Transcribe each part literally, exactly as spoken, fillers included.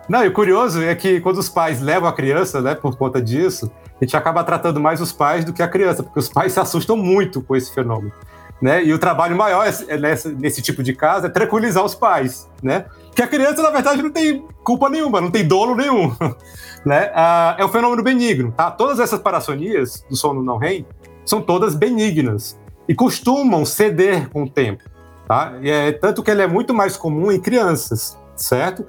Não, e o curioso é que quando os pais levam a criança, né, por conta disso, a gente acaba tratando mais os pais do que a criança, porque os pais se assustam muito com esse fenômeno, né? E o trabalho maior é, nesse, nesse tipo de caso é tranquilizar os pais, né? Porque a criança, na verdade, não tem culpa nenhuma, não tem dolo nenhum, né? Ah, é um fenômeno benigno, tá? Todas essas parassonias do sono não R E M são todas benignas e costumam ceder com o tempo, tá? E é, tanto que ele é muito mais comum em crianças, certo?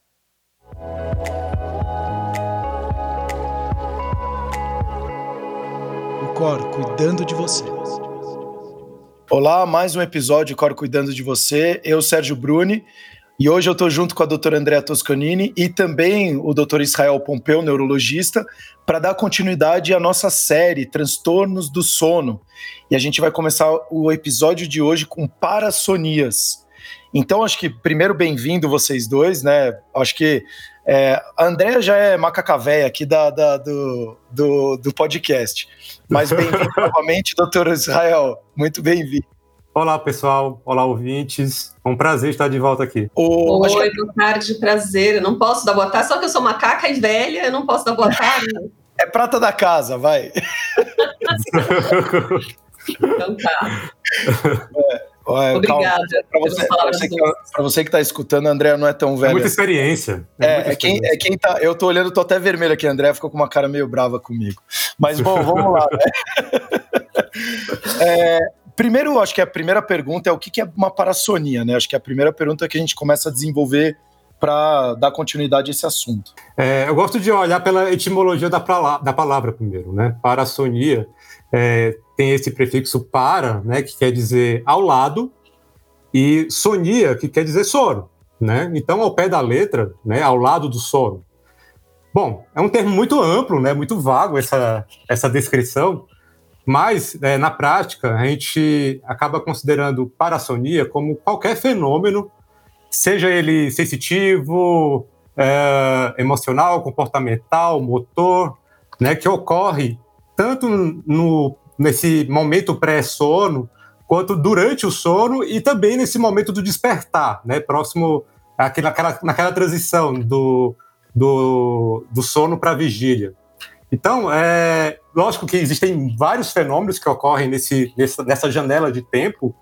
O Cor cuidando de você. Olá, mais um episódio Cor cuidando de você. Eu, Sérgio Bruni, e hoje eu estou junto com a doutora Andrea Toscanini e também o doutor Israel Pompeu, neurologista, para dar continuidade à nossa série Transtornos do Sono. E a gente vai começar o episódio de hoje com parassonias. Então, acho que primeiro bem-vindo vocês dois, né? Acho que é, a Andrea já é macaca véia aqui da, da, do, do, do podcast. Mas bem-vindo novamente, doutor Israel. Muito bem-vindo. Olá, pessoal. Olá, ouvintes. É um prazer estar de volta aqui. O... Oi, que... boa tarde, prazer. Eu não posso dar boa tarde, só que eu sou macaca e velha, eu não posso dar boa tarde. É prata da casa, vai. Então tá. É. Ué, Obrigada. Para você, você, que, você que está escutando, a Andrea não é tão velha. É muita experiência. É, é, muita experiência. É, quem, é quem tá. Eu tô olhando, tô até vermelho aqui, a Andrea ficou com uma cara meio brava comigo. Mas bom, vamos lá, né? é, primeiro, acho que a primeira pergunta é o que é uma parassonia, né? Acho que é a primeira pergunta que a gente começa a desenvolver para dar continuidade a esse assunto. É, eu gosto de olhar pela etimologia da, pra, da palavra primeiro, né? Parassonia. É, tem esse prefixo para, né, que quer dizer ao lado, e sonia, que quer dizer sono, né? Então, ao pé da letra, né, ao lado do sono. Bom, é um termo muito amplo, né, muito vago essa, essa descrição, mas, é, na prática, a gente acaba considerando parassonia como qualquer fenômeno, seja ele sensitivo, é, emocional, comportamental, motor, né, que ocorre tanto no, nesse momento pré-sono, quanto durante o sono e também nesse momento do despertar, né, próximo àquela, naquela, naquela transição do, do, do sono para a vigília. Então, é lógico que existem vários fenômenos que ocorrem nesse, nessa, nessa janela de tempo,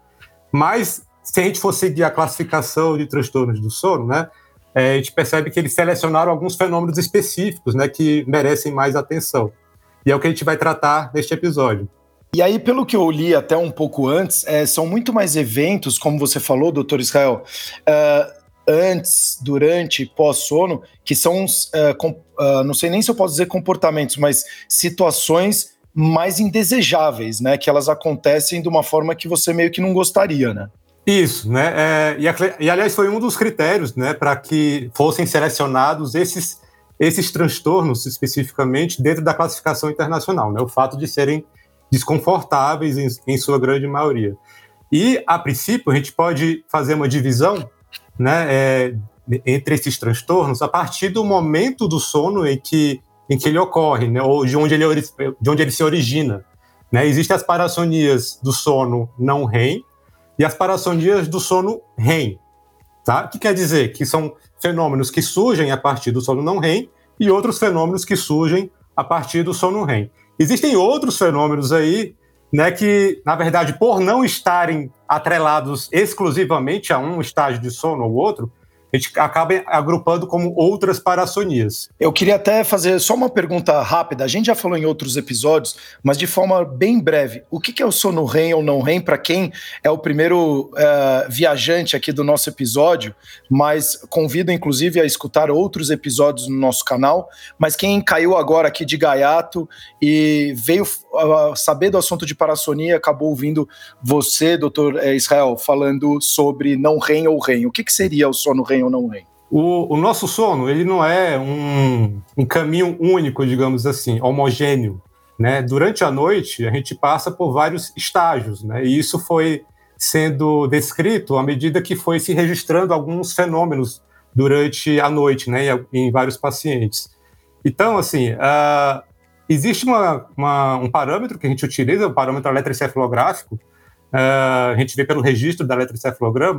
mas se a gente for seguir a classificação de transtornos do sono, né, é, a gente percebe que eles selecionaram alguns fenômenos específicos, né, que merecem mais atenção. E é o que a gente vai tratar neste episódio. E aí, pelo que eu li até um pouco antes, é, são muito mais eventos, como você falou, doutor Israel, uh, antes, durante, pós-sono, que são, uh, com, uh, não sei nem se eu posso dizer comportamentos, mas situações mais indesejáveis, né? Que elas acontecem de uma forma que você meio que não gostaria, né? Isso, né? É, e, e, aliás, foi um dos critérios, né, para que fossem selecionados esses esses transtornos, especificamente, dentro da classificação internacional, né? O fato de serem desconfortáveis em, em sua grande maioria. E, a princípio, a gente pode fazer uma divisão, né, é, entre esses transtornos a partir do momento do sono em que, em que ele ocorre, né, ou de onde ele, de onde ele se origina. Né? Existem as parassonias do sono não R E M e as parassonias do sono R E M. Tá? O que quer dizer? Que são fenômenos que surgem a partir do sono não R E M e outros fenômenos que surgem a partir do sono R E M. Existem outros fenômenos aí, né, que, na verdade, por não estarem atrelados exclusivamente a um estágio de sono ou outro, a gente acaba agrupando como outras parassonias. Eu queria até fazer só uma pergunta rápida. A gente já falou em outros episódios, mas de forma bem breve. O que é o sono R E M ou não R E M para quem é o primeiro uh, viajante aqui do nosso episódio, mas convido inclusive a escutar outros episódios no nosso canal. Mas quem caiu agora aqui de gaiato e veio uh, saber do assunto de parassonia, acabou ouvindo você, doutor Israel, falando sobre não R E M ou R E M. O que, que seria o sono R E M ou não R E M? O, o nosso sono, ele não é um, um caminho único, digamos assim, homogêneo, né? Durante a noite, a gente passa por vários estágios, né? E isso foi sendo descrito à medida que foi se registrando alguns fenômenos durante a noite, né? Em, em vários pacientes. Então, assim, uh, existe uma, uma, um parâmetro que a gente utiliza, o parâmetro eletroencefalográfico, uh, a gente vê pelo registro da eletroencefalograma,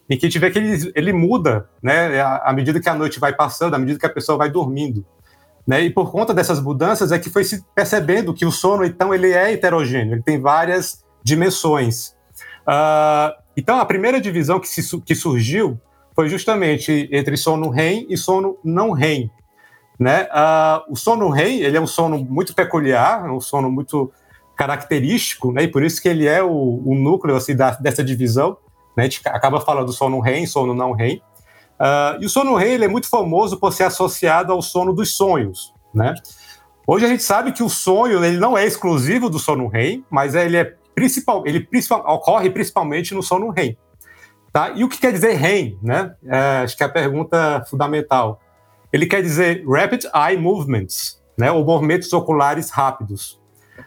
em que a gente vê que ele, ele muda, né, à medida que a noite vai passando, à medida que a pessoa vai dormindo. Né? E por conta dessas mudanças é que foi se percebendo que o sono, então, ele é heterogêneo, ele tem várias dimensões. Uh, então, a primeira divisão que, se, que surgiu foi justamente entre sono R E M e sono não R E M. Né? Uh, o sono R E M ele é um sono muito peculiar, um sono muito característico, né? E por isso que ele é o, o núcleo assim, da, dessa divisão. Né? A gente acaba falando do sono R E M, sono não R E M. Uh, e o sono R E M ele é muito famoso por ser associado ao sono dos sonhos. Né? Hoje a gente sabe que o sonho ele não é exclusivo do sono R E M, mas ele, é principal, ele principal, ocorre principalmente no sono R E M. Tá? E o que quer dizer R E M? Né? É, acho que é a pergunta fundamental. Ele quer dizer Rapid Eye Movements, né? Ou movimentos oculares rápidos.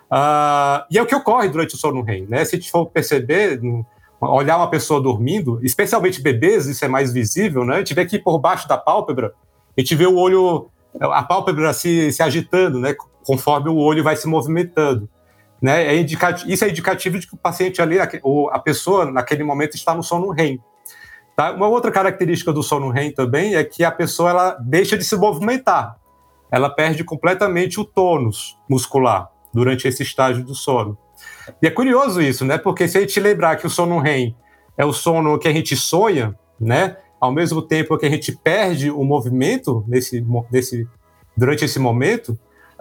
Uh, e é o que ocorre durante o sono R E M. Né? Se a gente for perceber, olhar uma pessoa dormindo, especialmente bebês, isso é mais visível, né? A gente vê que por baixo da pálpebra, a gente vê o olho, a pálpebra se, se agitando, né? Conforme o olho vai se movimentando. Né? É indicativo, isso é indicativo de que o paciente ali, ou a pessoa, naquele momento, está no sono R E M. Tá? Uma outra característica do sono R E M também é que a pessoa ela deixa de se movimentar. Ela perde completamente o tônus muscular durante esse estágio do sono. E é curioso isso, né? Porque se a gente lembrar que o sono R E M é o sono que a gente sonha, né? Ao mesmo tempo que a gente perde o movimento nesse, nesse, durante esse momento,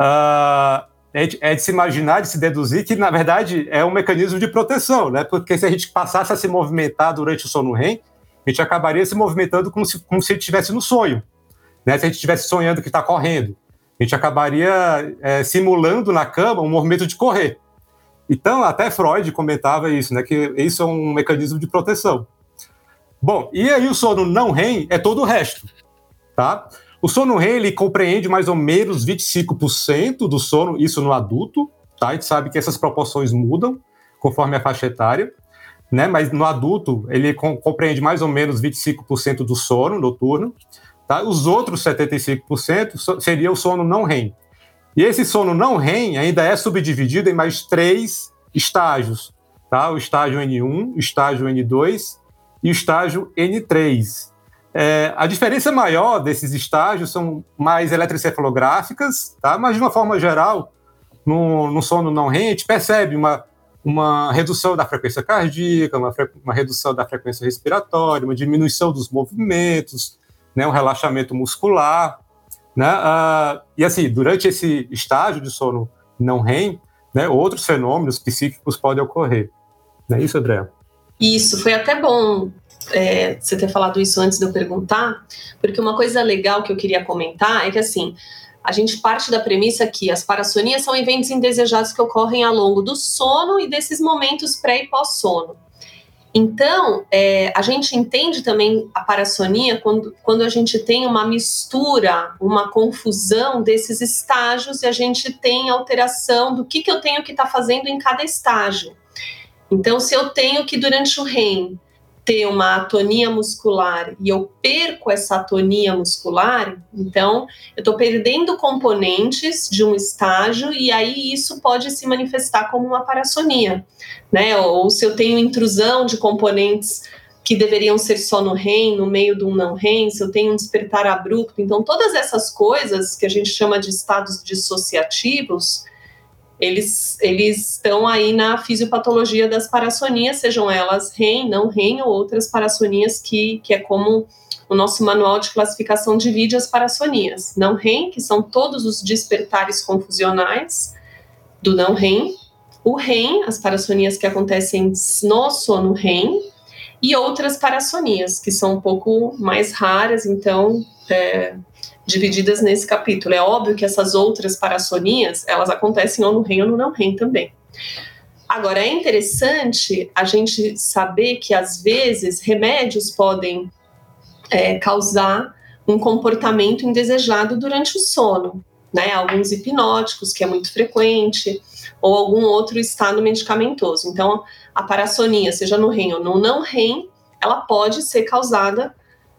uh, é, de, é de se imaginar, de se deduzir que, na verdade, é um mecanismo de proteção, né? Porque se a gente passasse a se movimentar durante o sono R E M, a gente acabaria se movimentando como se, como se estivesse no sonho. Né? Se a gente estivesse sonhando que está correndo, a gente acabaria é, simulando na cama um movimento de correr. Então, até Freud comentava isso, né? Que isso é um mecanismo de proteção. Bom, e aí o sono não R E M é todo o resto. Tá? O sono R E M ele compreende mais ou menos vinte e cinco por cento do sono, isso no adulto. Tá? A gente sabe que essas proporções mudam conforme a faixa etária. Né, mas no adulto, ele com, compreende mais ou menos vinte e cinco por cento do sono noturno. Tá? Os outros setenta e cinco por cento so, seria o sono não R E M. E esse sono não R E M ainda é subdividido em mais três estágios. Tá? O estágio N um, o estágio N dois e o estágio N três. É, a diferença maior desses estágios são mais eletroencefalográficas, tá? Mas de uma forma geral, no, no sono não R E M, a gente percebe uma uma redução da frequência cardíaca, uma, fre- uma redução da frequência respiratória, uma diminuição dos movimentos, né, um relaxamento muscular. Né, uh, e assim, durante esse estágio de sono não R E M, né, outros fenômenos psíquicos podem ocorrer. Não é isso, André? Isso, foi até bom é, você ter falado isso antes de eu perguntar, porque uma coisa legal que eu queria comentar é que, assim, a gente parte da premissa que as parassonias são eventos indesejados que ocorrem ao longo do sono e desses momentos pré e pós-sono. Então, é, a gente entende também a parassonia quando, quando a gente tem uma mistura, uma confusão desses estágios e a gente tem alteração do que, que eu tenho que estar tá fazendo em cada estágio. Então, se eu tenho que, durante o R E M, ter uma atonia muscular e eu perco essa atonia muscular, então eu estou perdendo componentes de um estágio e aí isso pode se manifestar como uma parassonia, né? Ou se eu tenho intrusão de componentes que deveriam ser só no R E M, no meio de um não R E M, se eu tenho um despertar abrupto, então todas essas coisas que a gente chama de estados dissociativos, eles, eles estão aí na fisiopatologia das parassonias, sejam elas R E M, não R E M ou outras parassonias que, que é como o nosso manual de classificação divide as parassonias. Não R E M, que são todos os despertares confusionais do não R E M, o R E M, as parassonias que acontecem no sono R E M, e outras parassonias, que são um pouco mais raras, então... É, divididas nesse capítulo. É óbvio que essas outras parassonias, elas acontecem ou no R E M ou no não R E M também. Agora, é interessante a gente saber que, às vezes, remédios podem é, causar um comportamento indesejado durante o sono, né? Alguns hipnóticos, que é muito frequente, ou algum outro estado medicamentoso. Então, a parassonia, seja no R E M ou no não R E M, ela pode ser causada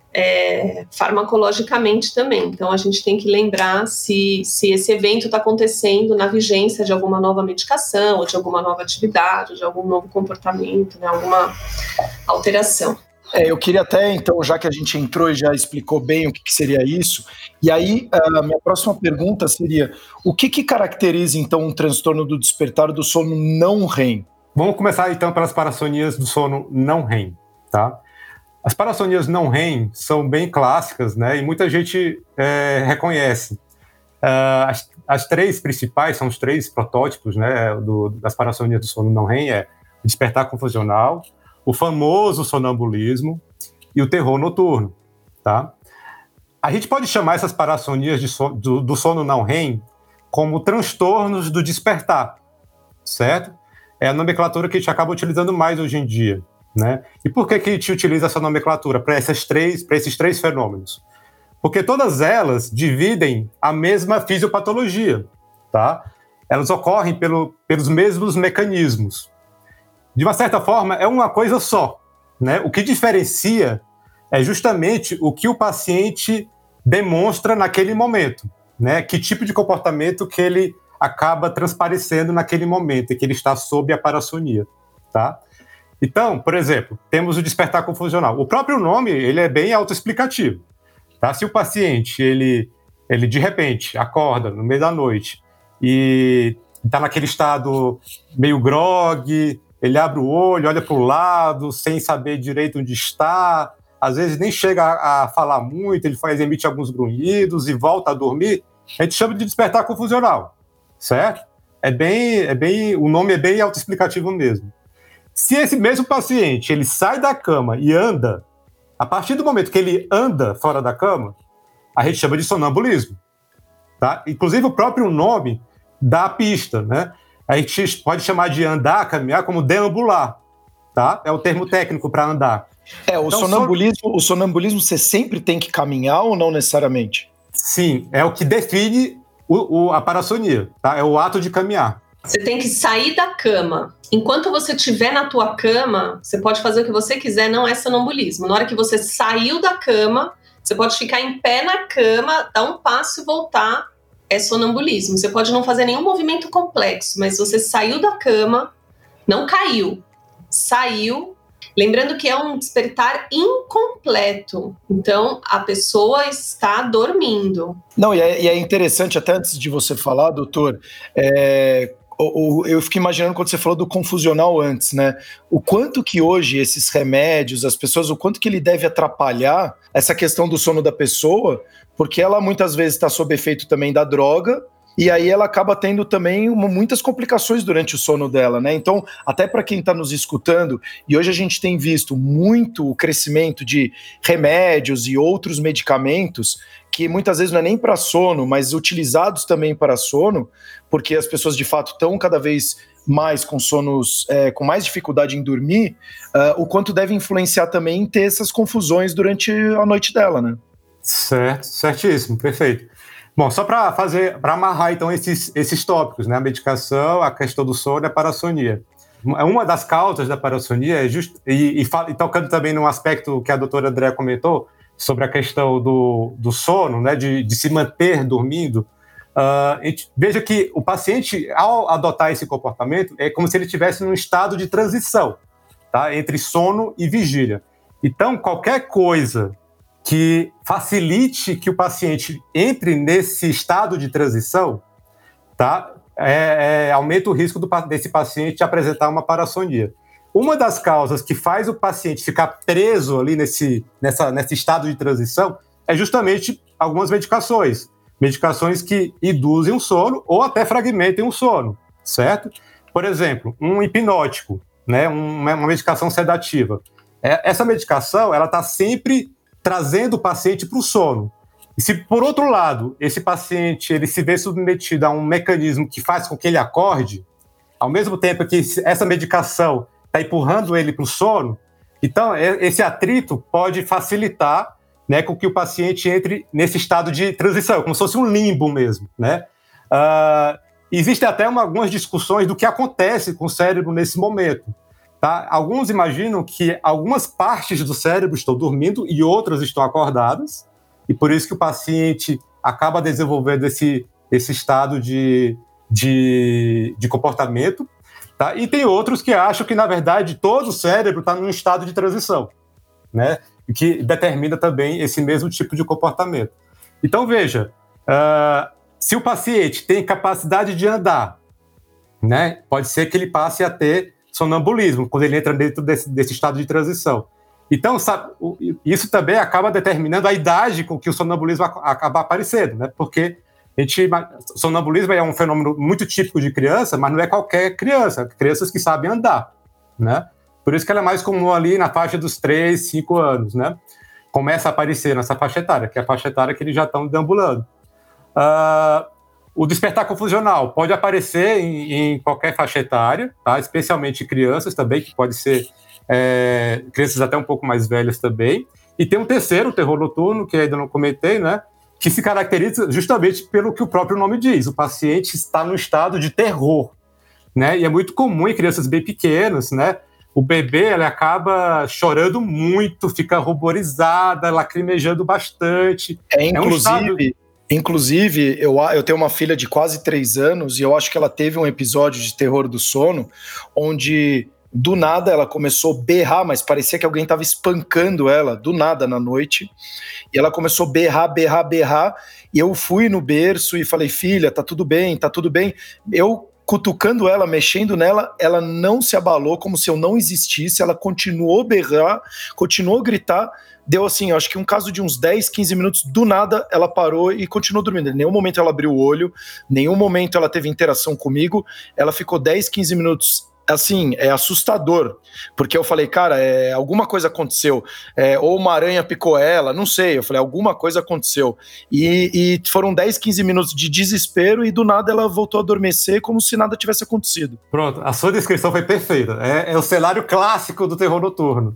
É, farmacologicamente também. Então a gente tem que lembrar se, se esse evento está acontecendo na vigência de alguma nova medicação, ou de alguma nova atividade, ou de algum novo comportamento, né, alguma alteração. É, eu queria até, então, já que a gente entrou e já explicou bem o que, que seria isso, e aí a minha próxima pergunta seria, o que, que caracteriza, então, um transtorno do despertar do sono não R E M? Vamos começar, então, pelas parassonias do sono não R E M, tá? As parassonias não R E M são bem clássicas, né, e muita gente é, reconhece. Uh, as, as três principais, são os três protótipos, né, do, das parassonias do sono não R E M, é o despertar confusional, o famoso sonambulismo e o terror noturno, tá? A gente pode chamar essas parassonias de so, do, do sono não R E M como transtornos do despertar, certo? É a nomenclatura que a gente acaba utilizando mais hoje em dia, né? E por que que a gente utiliza essa nomenclatura para essas três, para esses três fenômenos? Porque todas elas dividem a mesma fisiopatologia, tá? Elas ocorrem pelo, pelos mesmos mecanismos. De uma certa forma, é uma coisa só, né? O que diferencia é justamente o que o paciente demonstra naquele momento, né? Que tipo de comportamento que ele acaba transparecendo naquele momento em que ele está sob a parassonia, tá? Então, por exemplo, temos o despertar confusional. O próprio nome, ele é bem autoexplicativo, tá? Se o paciente, ele, ele de repente acorda no meio da noite e está naquele estado meio grogue, ele abre o olho, olha para o lado, sem saber direito onde está, às vezes nem chega a, a falar muito, ele faz, emite alguns grunhidos e volta a dormir, a gente chama de despertar confusional, certo? É bem, é bem, o nome é bem autoexplicativo mesmo. Se esse mesmo paciente, ele sai da cama e anda, a partir do momento que ele anda fora da cama, a gente chama de sonambulismo, tá? Inclusive o próprio nome dá a pista, né? A gente pode chamar de andar, caminhar, como deambular, tá? É o termo técnico para andar. É, o, então, sonambulismo, son... o sonambulismo você sempre tem que caminhar ou não necessariamente? Sim, é o que define o, o, a parassonia, tá? É o ato de caminhar. Você tem que sair da cama. Enquanto você estiver na tua cama, você pode fazer o que você quiser, não é sonambulismo. Na hora que você saiu da cama, você pode ficar em pé na cama, dar um passo e voltar, é sonambulismo. Você pode não fazer nenhum movimento complexo, mas você saiu da cama, não caiu, saiu. Lembrando que é um despertar incompleto. Então, a pessoa está dormindo. Não, e é, e é interessante, até antes de você falar, doutor, é, o, o, eu fiquei imaginando quando você falou do confusional antes, né? O quanto que hoje esses remédios, as pessoas, o quanto que ele deve atrapalhar essa questão do sono da pessoa, porque ela muitas vezes está sob efeito também da droga, e aí ela acaba tendo também uma, muitas complicações durante o sono dela, né? Então, até para quem está nos escutando, e hoje a gente tem visto muito o crescimento de remédios e outros medicamentos que muitas vezes não é nem para sono, mas utilizados também para sono, porque as pessoas de fato estão cada vez mais com sonos, é, com mais dificuldade em dormir, uh, o quanto deve influenciar também em ter essas confusões durante a noite dela, né? Certo, certíssimo, perfeito. Bom, só para fazer, para amarrar então esses, esses tópicos, né? A medicação, a questão do sono e a parassonia. Uma das causas da parassonia é just, e, e, e tocando também num aspecto que a doutora Andréa comentou sobre a questão do, do sono, né? De, de se manter dormindo. Uh, a gente, veja que o paciente, ao adotar esse comportamento, é como se ele estivesse num estado de transição, tá? Entre sono e vigília. Então, qualquer coisa que facilite que o paciente entre nesse estado de transição, tá? É, é, aumenta o risco do, desse paciente apresentar uma parassonia. Uma das causas que faz o paciente ficar preso ali nesse, nessa, nesse estado de transição é justamente algumas medicações. Medicações que induzem o sono ou até fragmentem o sono, certo? Por exemplo, um hipnótico, né? uma, uma medicação sedativa. É, essa medicação, ela está sempre trazendo o paciente para o sono. E se, por outro lado, esse paciente ele se vê submetido a um mecanismo que faz com que ele acorde, ao mesmo tempo que essa medicação está empurrando ele para o sono, então esse atrito pode facilitar, né, com que o paciente entre nesse estado de transição, como se fosse um limbo mesmo, né? Uh, existem até uma, algumas discussões do que acontece com o cérebro nesse momento. Tá? Alguns imaginam que algumas partes do cérebro estão dormindo e outras estão acordadas, e por isso que o paciente acaba desenvolvendo esse, esse estado de, de, de comportamento. Tá? E tem outros que acham que, na verdade, todo o cérebro está num estado de transição. né, que determina também esse mesmo tipo de comportamento. Então, veja, uh, se o paciente tem capacidade de andar, né, pode ser que ele passe a ter sonambulismo, quando ele entra dentro desse, desse estado de transição. Então, sabe, isso também acaba determinando a idade com que o sonambulismo acaba aparecendo, né, porque a gente, sonambulismo é um fenômeno muito típico de criança, mas não é qualquer criança, crianças que sabem andar, né? Por isso que ela é mais comum ali na faixa dos três, cinco anos, né? Começa a aparecer nessa faixa etária, que é a faixa etária que eles já estão deambulando. Uh, o despertar confusional pode aparecer em, em qualquer faixa etária, tá? Especialmente crianças também, que pode ser é, crianças até um pouco mais velhas também. E tem um terceiro, o terror noturno, que ainda não comentei, né? Que se caracteriza justamente pelo que o próprio nome diz. O paciente está no estado de terror, né? E é muito comum em crianças bem pequenas, né? O bebê, ele acaba chorando muito, fica ruborizada, lacrimejando bastante. É, inclusive, é um estado... inclusive eu, eu tenho uma filha de quase três anos e eu acho que ela teve um episódio de terror do sono onde... do nada ela começou a berrar, mas parecia que alguém estava espancando ela, do nada na noite, e ela começou a berrar, berrar, berrar, e eu fui no berço e falei, filha, tá tudo bem, tá tudo bem, eu cutucando ela, mexendo nela, ela não se abalou, como se eu não existisse, ela continuou a berrar, continuou a gritar, deu assim, acho que um caso de uns dez, quinze minutos, do nada ela parou e continuou dormindo, em nenhum momento ela abriu o olho, em nenhum momento ela teve interação comigo, ela ficou dez, quinze minutos assim, é assustador, porque eu falei, cara, é, alguma coisa aconteceu, é, ou uma aranha picou ela, não sei, eu falei, alguma coisa aconteceu, e, e foram dez, quinze minutos de desespero, e do nada ela voltou a adormecer como se nada tivesse acontecido. Pronto, a sua descrição foi perfeita, é, é o cenário clássico do terror noturno.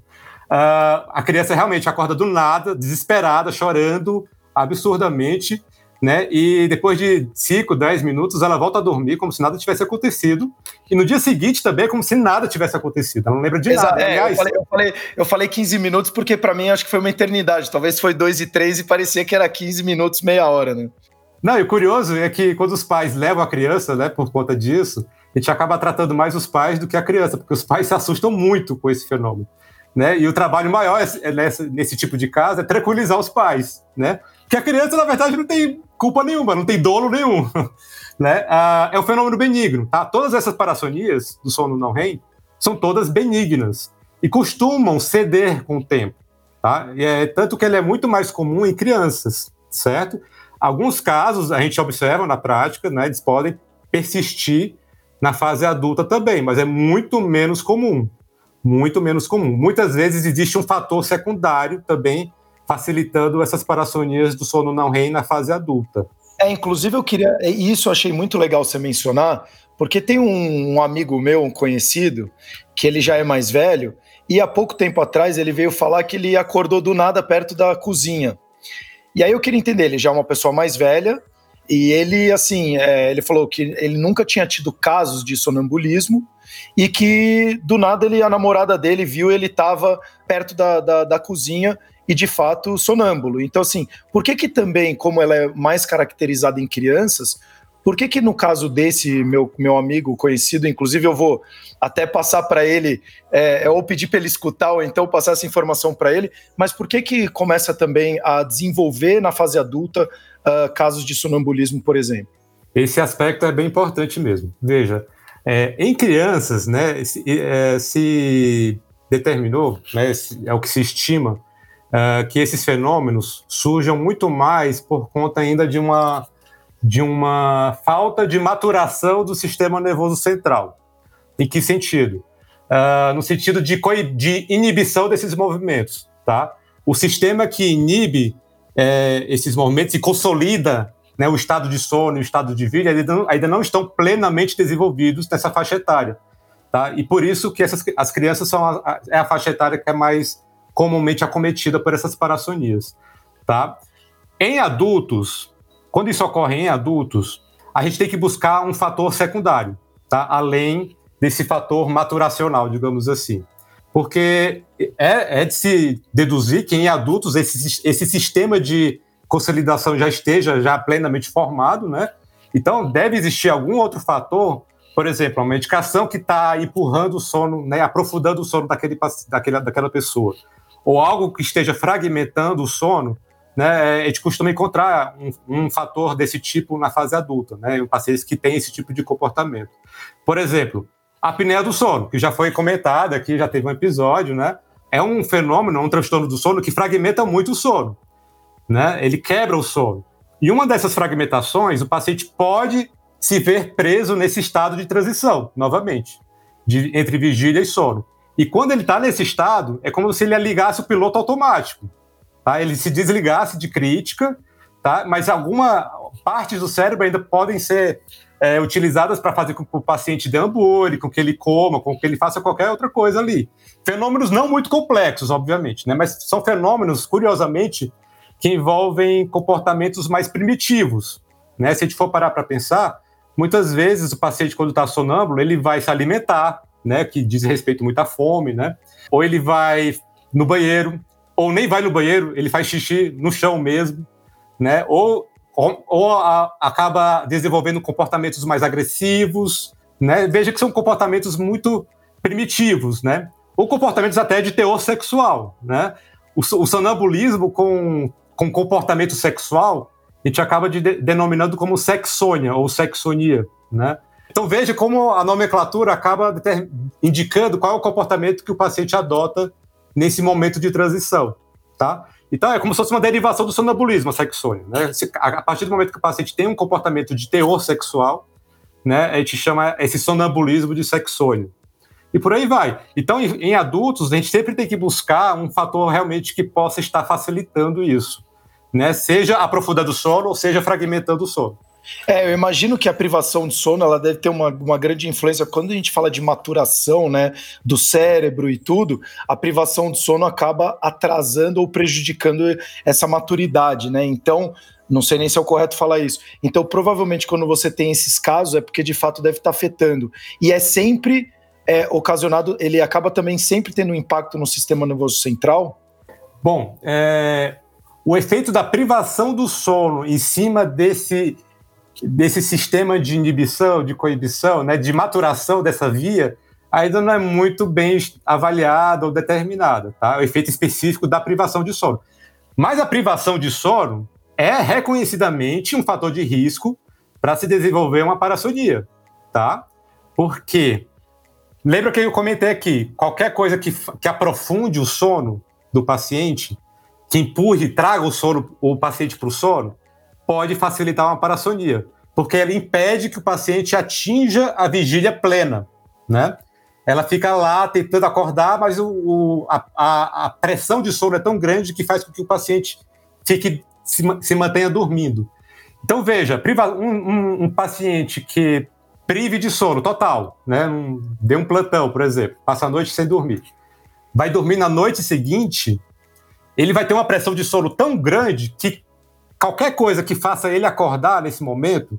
Uh, a criança realmente acorda do nada, desesperada, chorando absurdamente, né? E depois de cinco, dez minutos ela volta a dormir como se nada tivesse acontecido, e no dia seguinte também é como se nada tivesse acontecido, ela não lembra de Exato, nada. é, Aliás, eu, falei, eu, falei, eu falei quinze minutos porque para mim acho que foi uma eternidade, talvez foi dois e três e parecia que era quinze minutos, meia hora, né? Não, e o curioso é que quando os pais levam a criança, né, por conta disso, a gente acaba tratando mais os pais do que a criança, porque os pais se assustam muito com esse fenômeno, né? E o trabalho maior é, nesse, nesse tipo de caso é tranquilizar os pais, né? Porque a criança, na verdade, não tem culpa nenhuma, não tem dolo nenhum, né? Ah, é um fenômeno benigno, tá? Todas essas parassonias do sono não R E M são todas benignas e costumam ceder com o tempo, tá? E é, tanto que ele é muito mais comum em crianças, certo? Alguns casos a gente observa na prática, né? Eles podem persistir na fase adulta também, mas é muito menos comum, muito menos comum. Muitas vezes existe um fator secundário também facilitando essas parassonias do sono não R E M na fase adulta. É, inclusive eu queria, e isso eu achei muito legal você mencionar, porque tem um, um amigo meu, um conhecido, que ele já é mais velho, e há pouco tempo atrás ele veio falar que ele acordou do nada perto da cozinha. E aí eu queria entender, ele já é uma pessoa mais velha, e ele, assim, é, ele falou que ele nunca tinha tido casos de sonambulismo, e que do nada ele, a namorada dele viu ele estava perto da, da, da cozinha, e de fato sonâmbulo. Então assim, por que que também, como ela é mais caracterizada em crianças, por que que no caso desse meu, meu amigo conhecido, inclusive eu vou até passar para ele, é, ou pedir para ele escutar, ou então passar essa informação para ele, mas por que que começa também a desenvolver na fase adulta uh, casos de sonambulismo, por exemplo? Esse aspecto é bem importante mesmo. Veja, é, em crianças, né, se, é, se determinou, né, é o que se estima, Uh, que esses fenômenos surjam muito mais por conta ainda de uma, de uma falta de maturação do sistema nervoso central. Em que sentido? Uh, no sentido de, de inibição desses movimentos. Tá? O sistema que inibe é, esses movimentos e consolida, né, o estado de sono e o estado de vigília ainda não, ainda não estão plenamente desenvolvidos nessa faixa etária. Tá? E por isso que essas, as crianças são a, a, é a faixa etária que é mais comumente acometida por essas parassonias, tá? Em adultos, quando isso ocorre em adultos, a gente tem que buscar um fator secundário, tá? Além desse fator maturacional, digamos assim. Porque é, é de se deduzir que em adultos esse, esse sistema de consolidação já esteja já plenamente formado, né? Então deve existir algum outro fator, por exemplo, uma medicação que está empurrando o sono, né? Aprofundando o sono daquele, daquele, daquela pessoa. ou algo que esteja fragmentando o sono, né, a gente costuma encontrar um, um fator desse tipo na fase adulta, né, em pacientes que têm esse tipo de comportamento. Por exemplo, a apneia do sono, que já foi comentada aqui, já teve um episódio, né, é um fenômeno, um transtorno do sono que fragmenta muito o sono, né, ele quebra o sono. E uma dessas fragmentações, o paciente pode se ver preso nesse estado de transição, novamente, de, entre vigília e sono. E quando ele está nesse estado, é como se ele ligasse o piloto automático. Tá? Ele se desligasse de crítica, tá? Mas algumas partes do cérebro ainda podem ser é, utilizadas para fazer com que o paciente deambule, com que ele coma, com que ele faça qualquer outra coisa ali. Fenômenos não muito complexos, obviamente, né? Mas são fenômenos, curiosamente, que envolvem comportamentos mais primitivos. Né? Se a gente for parar para pensar, muitas vezes o paciente, quando está sonâmbulo, ele vai se alimentar, né? Que diz respeito muito à fome, né? Ou ele vai no banheiro, ou nem vai no banheiro, ele faz xixi no chão mesmo, né? Ou, ou, ou a, acaba desenvolvendo comportamentos mais agressivos, né? Veja que são comportamentos muito primitivos, né? Ou comportamentos até de teor sexual, né? O, o sonambulismo com, com comportamento sexual, a gente acaba de, de, denominando como sexônia ou sexonia, né? Então veja como a nomenclatura acaba deter, indicando qual é o comportamento que o paciente adota nesse momento de transição, tá? Então é como se fosse uma derivação do sonambulismo, a sexônia, né? A partir do momento que o paciente tem um comportamento de teor sexual, né, a gente chama esse sonambulismo de sexônia. E por aí vai. Então, em, em adultos, a gente sempre tem que buscar um fator realmente que possa estar facilitando isso, né? Seja aprofundando o sono ou seja fragmentando o sono. É, eu imagino que a privação de sono ela deve ter uma, uma grande influência. Quando a gente fala de maturação, né, do cérebro e tudo, a privação de sono acaba atrasando ou prejudicando essa maturidade, né? Então, não sei nem se é o correto falar isso. Então, provavelmente, quando você tem esses casos, é porque de fato deve estar afetando. E é sempre é, ocasionado, ele acaba também sempre tendo um impacto no sistema nervoso central? Bom, é, o efeito da privação do sono em cima desse... desse sistema de inibição, de coibição, né, de maturação dessa via, ainda não é muito bem avaliado ou determinado, tá? O efeito específico da privação de sono. Mas a privação de sono é reconhecidamente um fator de risco para se desenvolver uma parassonia, tá? Porque, lembra que eu comentei aqui, qualquer coisa que, que aprofunde o sono do paciente, que empurre, traga o sono, o paciente para o sono, pode facilitar uma parassonia, porque ela impede que o paciente atinja a vigília plena, né? Ela fica lá tentando acordar, mas o, o, a, a pressão de sono é tão grande que faz com que o paciente fique, se, se mantenha dormindo. Então, veja, priva, um, um, um paciente que prive de sono total, né? Um, dê um plantão, por exemplo, passa a noite sem dormir, vai dormir na noite seguinte, ele vai ter uma pressão de sono tão grande que qualquer coisa que faça ele acordar nesse momento,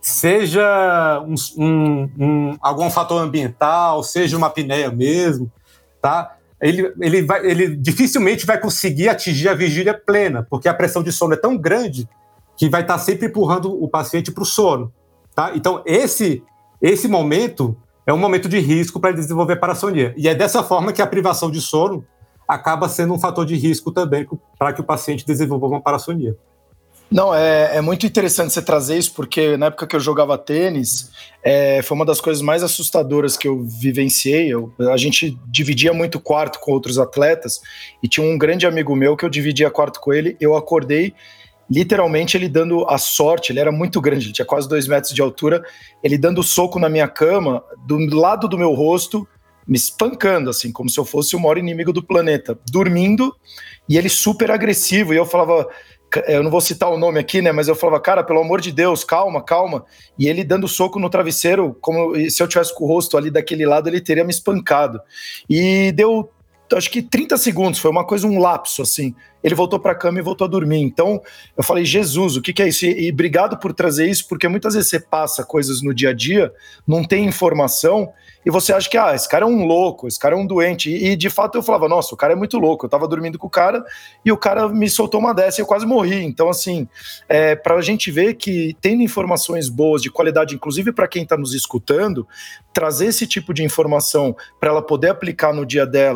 seja um, um, um, algum fator ambiental, seja uma apneia mesmo, tá? Ele, ele, vai, ele dificilmente vai conseguir atingir a vigília plena, porque a pressão de sono é tão grande que vai estar sempre empurrando o paciente para o sono, tá? Então, esse, esse momento é um momento de risco para ele desenvolver parassonia. E é dessa forma que a privação de sono acaba sendo um fator de risco também para que o paciente desenvolva uma parassonia. Não, é, é muito interessante você trazer isso, porque na época que eu jogava tênis, é, foi uma das coisas mais assustadoras que eu vivenciei. Eu, a gente dividia muito quarto com outros atletas, e tinha um grande amigo meu que eu dividia quarto com ele. Eu acordei, literalmente, ele dando a sorte, ele era muito grande, ele tinha quase dois metros de altura, ele dando soco na minha cama, do lado do meu rosto, me espancando, assim, como se eu fosse o maior inimigo do planeta, dormindo, e ele super agressivo, e eu falava... Eu não vou citar o nome aqui, né? Mas eu falava, cara, pelo amor de Deus, calma, calma. E ele dando soco no travesseiro, como se eu tivesse com o rosto ali daquele lado, ele teria me espancado. E deu, acho que trinta segundos, foi uma coisa, um lapso, assim. Ele voltou para a cama e voltou a dormir. Então, eu falei, Jesus, o que, que é isso? E, e obrigado por trazer isso, porque muitas vezes você passa coisas no dia a dia, não tem informação, e você acha que, ah, esse cara é um louco, esse cara é um doente. E, e de fato eu falava, nossa, o cara é muito louco. Eu tava dormindo com o cara e o cara me soltou uma dessa e eu quase morri. Então, assim, é, pra gente ver que tendo informações boas, de qualidade, inclusive para quem tá nos escutando, trazer esse tipo de informação para ela poder aplicar no dia dela, inclusive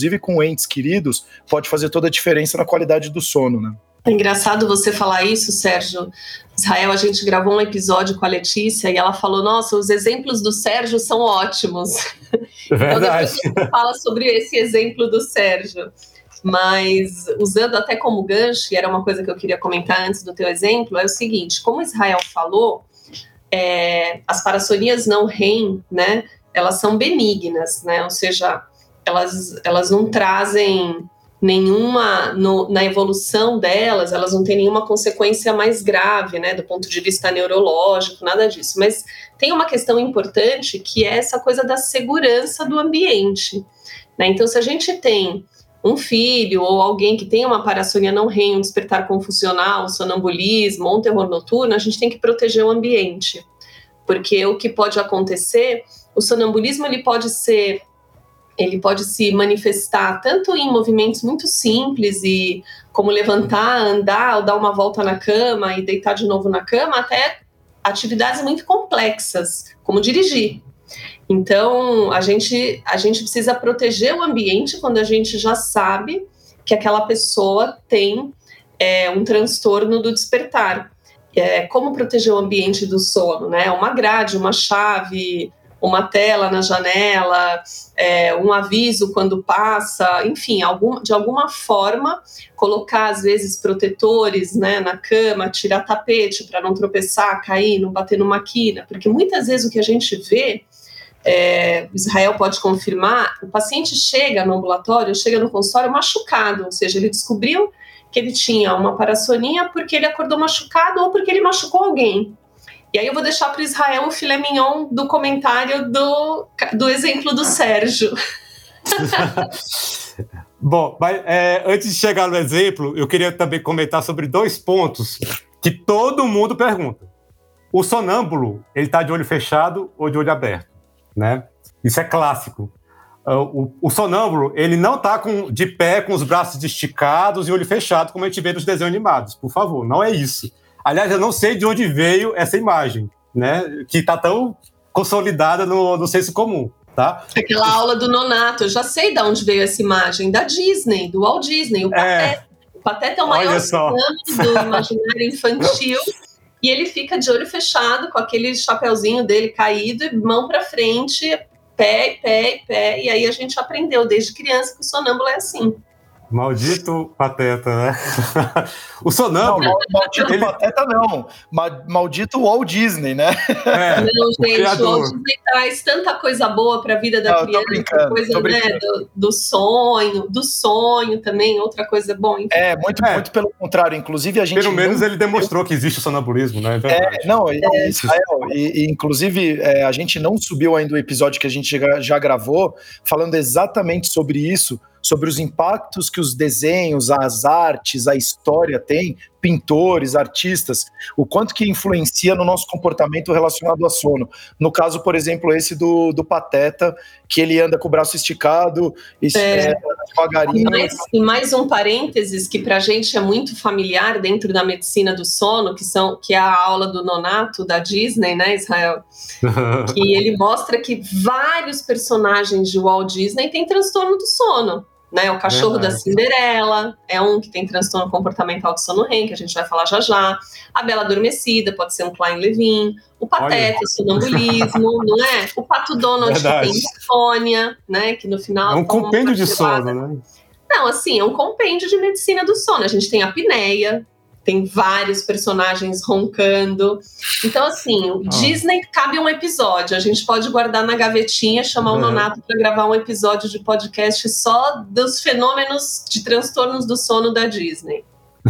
inclusive com entes queridos, pode fazer toda a diferença na qualidade do sono, né? É engraçado você falar isso, Sérgio. Israel, a gente gravou um episódio com a Letícia e ela falou, nossa, os exemplos do Sérgio são ótimos. Verdade. Então depois você fala sobre esse exemplo do Sérgio. Mas usando até como gancho, e era uma coisa que eu queria comentar antes do teu exemplo, é o seguinte, como Israel falou, é, as parassonias não R E M, né, elas são benignas, né, ou seja, elas, elas não trazem nenhuma, no, na evolução delas, elas não têm nenhuma consequência mais grave, né, do ponto de vista neurológico, nada disso, mas tem uma questão importante que é essa coisa da segurança do ambiente, né, então se a gente tem um filho ou alguém que tem uma parassonia não R E M, um despertar confusional, um sonambulismo ou um terror noturno, a gente tem que proteger o ambiente, porque o que pode acontecer, o sonambulismo ele pode ser, ele pode se manifestar tanto em movimentos muito simples e como levantar, andar ou dar uma volta na cama e deitar de novo na cama, até atividades muito complexas, como dirigir. Então, a gente, a gente precisa proteger o ambiente quando a gente já sabe que aquela pessoa tem é, um transtorno do despertar. É, como proteger o ambiente do sono, né? Uma grade, uma chave, uma tela na janela, é, um aviso quando passa, enfim, algum, de alguma forma, colocar, às vezes, protetores, né, na cama, tirar tapete para não tropeçar, cair, não bater numa quina, porque muitas vezes o que a gente vê, é, Israel pode confirmar, o paciente chega no ambulatório, chega no consultório machucado, ou seja, ele descobriu que ele tinha uma parassonia porque ele acordou machucado ou porque ele machucou alguém. E aí eu vou deixar para o Israel o filé mignon do comentário do, do exemplo do Sérgio. Bom, mas é, antes de chegar no exemplo, eu queria também comentar sobre dois pontos que todo mundo pergunta. O sonâmbulo, ele está de olho fechado ou de olho aberto? Né? Isso é clássico. O, o sonâmbulo, ele não está de pé com os braços esticados e olho fechado, como a gente vê nos desenhos animados. Por favor, não é isso. Aliás, eu não sei de onde veio essa imagem, né? Que está tão consolidada no, no senso comum. Tá? Aquela aula do Nonato, eu já sei de onde veio essa imagem, da Disney, do Walt Disney, o Pateta. É. O Pateta é o maior sonâmbulo do imaginário infantil. E ele fica de olho fechado, com aquele chapeuzinho dele caído, e mão para frente, pé, pé, pé. E aí a gente aprendeu desde criança que o sonâmbulo é assim. Maldito Pateta, né? O sonâmbulo... Não, maldito ele... Pateta não. Maldito Walt Disney, né? É, não, gente, o Walt Disney traz tanta coisa boa para a vida da não, criança, coisa, né, do, do sonho, do sonho também, outra coisa boa. Enfim. É, muito, é, muito pelo contrário. Inclusive, a gente... Pelo menos ele demonstrou que existe o sonambulismo, né? É, não, é, Israel, e, e inclusive é, a gente não subiu ainda o episódio que a gente já, já gravou, falando exatamente sobre isso, sobre os impactos que os desenhos, as artes, a história têm, pintores, artistas, o quanto que influencia no nosso comportamento relacionado a sono. No caso, por exemplo, esse do, do Pateta, que ele anda com o braço esticado, é, devagarinho. E mais, e mais um parênteses que pra gente é muito familiar dentro da medicina do sono, que, são, que é a aula do Nonato, da Disney, né, Israel? Que ele mostra que vários personagens de Walt Disney têm transtorno do sono. Né, o cachorro Verdade. da Cinderela é um que tem transtorno comportamental de sono R E M, que a gente vai falar já já. A Bela Adormecida pode ser um Klein-Levin. O Pateta, o sonambulismo, não é? O Pato Donald, Verdade. que tem insônia, né? Que no final... É um compêndio de sono, né? Não, assim, é um compêndio de medicina do sono. A gente tem a apneia, tem vários personagens roncando. Então, assim, o oh. Disney cabe um episódio. A gente pode guardar na gavetinha, chamar é. o Nonato para gravar um episódio de podcast só dos fenômenos de transtornos do sono da Disney.